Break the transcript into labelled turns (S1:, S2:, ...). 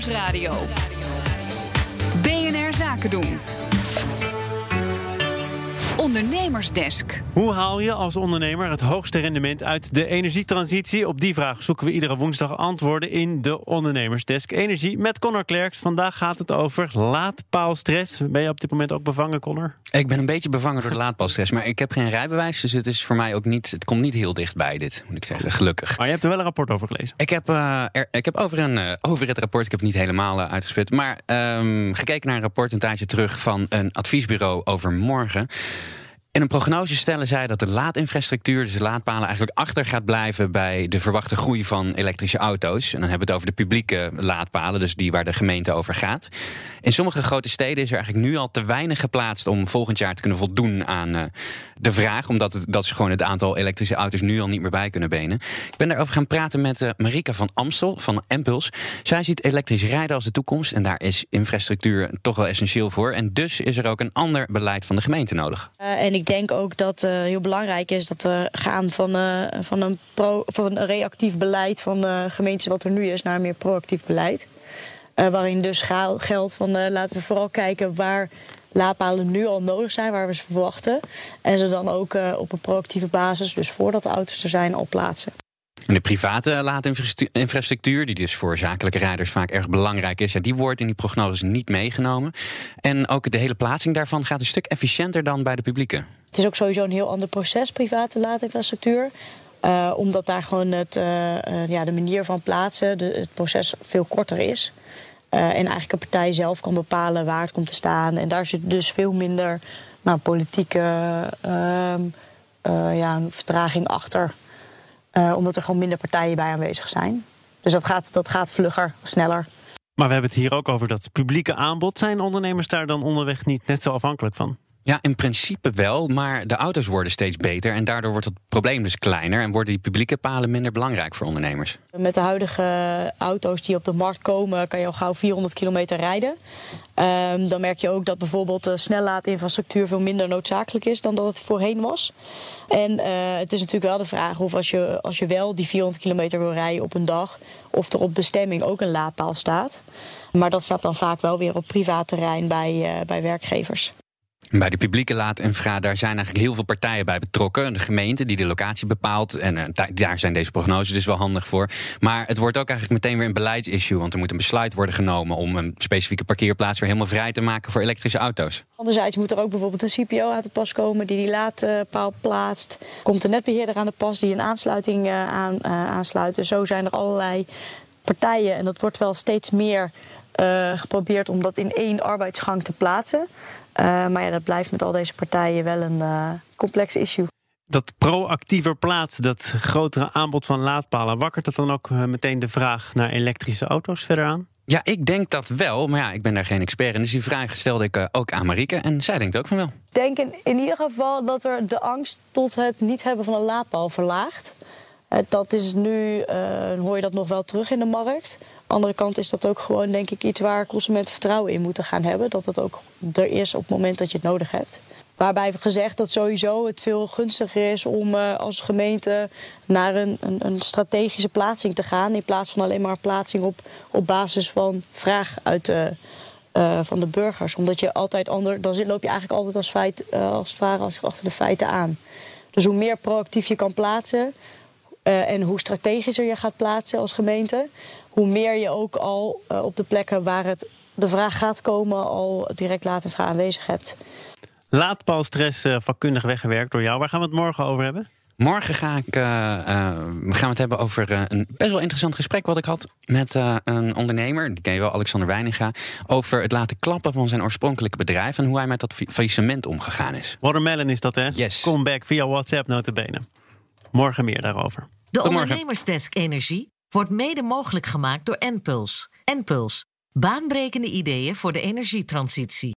S1: Nieuwsradio. BNR Zaken doen. Ondernemersdesk.
S2: Hoe haal je als ondernemer het hoogste rendement uit de energietransitie? Op die vraag zoeken we iedere woensdag antwoorden in de Ondernemersdesk Energie met Connor Klerks. Vandaag gaat het over laadpaalstress. Ben je op dit moment ook bevangen, Connor?
S3: Ik ben een beetje bevangen door de laadpaalstress, maar ik heb geen rijbewijs, dus het is voor mij ook niet. Het komt niet heel dichtbij dit, moet ik zeggen, gelukkig.
S2: Maar je hebt er wel een rapport over gelezen.
S3: Ik heb over het rapport, ik heb het niet helemaal uitgesput, maar gekeken naar een rapport een tijdje terug van een adviesbureau over morgen. In een prognose stellen zij dat de laadinfrastructuur, dus de laadpalen, eigenlijk achter gaat blijven bij de verwachte groei van elektrische auto's. En dan hebben we het over de publieke laadpalen, dus die waar de gemeente over gaat. In sommige grote steden is er eigenlijk nu al te weinig geplaatst om volgend jaar te kunnen voldoen aan de vraag, omdat dat ze gewoon het aantal elektrische auto's nu al niet meer bij kunnen benen. Ik ben daarover gaan praten met Marika van Amstel van Enpuls. Zij ziet elektrisch rijden als de toekomst en daar is infrastructuur toch wel essentieel voor. En dus is er ook een ander beleid van de gemeente nodig.
S4: En ik denk ook dat heel belangrijk is dat we gaan van een reactief beleid van de gemeentes wat er nu is naar een meer proactief beleid. Waarin dus geldt van laten we vooral kijken waar laadpalen nu al nodig zijn, waar we ze verwachten. En ze dan ook op een proactieve basis, dus voordat de auto's er zijn, al plaatsen.
S3: En de private laadinfrastructuur, die dus voor zakelijke rijders vaak erg belangrijk is, die wordt in die prognoses niet meegenomen. En ook de hele plaatsing daarvan gaat een stuk efficiënter dan bij de publieke.
S4: Het is ook sowieso een heel ander proces, private laadinfrastructuur. Omdat daar gewoon de manier van plaatsen, het proces veel korter is. En eigenlijk een partij zelf kan bepalen waar het komt te staan. En daar zit dus veel minder politieke vertraging achter. Omdat er gewoon minder partijen bij aanwezig zijn. Dus dat gaat vlugger, sneller.
S2: Maar we hebben het hier ook over dat publieke aanbod. Zijn ondernemers daar dan onderweg niet net zo afhankelijk van?
S3: Ja, in principe wel, maar de auto's worden steeds beter en daardoor wordt het probleem dus kleiner en worden die publieke palen minder belangrijk voor ondernemers.
S4: Met de huidige auto's die op de markt komen kan je al gauw 400 kilometer rijden. Dan merk je ook dat bijvoorbeeld de snellaadinfrastructuur veel minder noodzakelijk is dan dat het voorheen was. En het is natuurlijk wel de vraag of als je wel die 400 kilometer wil rijden op een dag, of er op bestemming ook een laadpaal staat. Maar dat staat dan vaak wel weer op privaat terrein bij werkgevers.
S3: Bij de publieke laadinfra, daar zijn eigenlijk heel veel partijen bij betrokken. De gemeente die de locatie bepaalt. En daar zijn deze prognoses dus wel handig voor. Maar het wordt ook eigenlijk meteen weer een beleidsissue. Want er moet een besluit worden genomen om een specifieke parkeerplaats weer helemaal vrij te maken voor elektrische auto's.
S4: Anderzijds moet er ook bijvoorbeeld een CPO aan te pas komen die laadpaal plaatst. Komt de netbeheerder aan de pas die een aansluiting aansluit. Dus zo zijn er allerlei partijen. En dat wordt wel steeds meer geprobeerd om dat in één arbeidsgang te plaatsen. Maar dat blijft met al deze partijen wel een complex issue.
S2: Dat proactiever plaatsen, dat grotere aanbod van laadpalen, wakkert dat dan ook meteen de vraag naar elektrische auto's verder aan?
S3: Ja, ik denk dat wel, maar ja, ik ben daar geen expert in. Dus die vraag stelde ik ook aan Marieke en zij denkt ook van wel.
S4: Ik denk in ieder geval dat er de angst tot het niet hebben van een laadpaal verlaagt. Dat is nu, hoor je dat nog wel terug in de markt. Aan de andere kant is dat ook gewoon, denk ik, iets waar consumenten vertrouwen in moeten gaan hebben. Dat het ook er is op het moment dat je het nodig hebt. Waarbij gezegd dat sowieso het veel gunstiger is om als gemeente naar een strategische plaatsing te gaan. In plaats van alleen maar plaatsing op basis van vraag van de burgers. Omdat je altijd dan loop je eigenlijk altijd als het ware achter de feiten aan. Dus hoe meer proactief je kan plaatsen en hoe strategischer je gaat plaatsen als gemeente, hoe meer je ook al op de plekken waar de vraag gaat komen al direct laadinfra aanwezig hebt.
S2: Laadpaalstress vakkundig weggewerkt door jou. Waar gaan we het morgen over hebben?
S3: Morgen gaan we het hebben over een best wel interessant gesprek wat ik had met een ondernemer, die ken je wel, Alexander Weininga, over het laten klappen van zijn oorspronkelijke bedrijf en hoe hij met dat faillissement omgegaan is.
S2: Watermelon is dat, hè?
S3: Yes.
S2: Comeback via WhatsApp nota bene. Morgen meer daarover.
S5: De Ondernemersdesk Energie wordt mede mogelijk gemaakt door Enpuls. Enpuls, baanbrekende ideeën voor de energietransitie.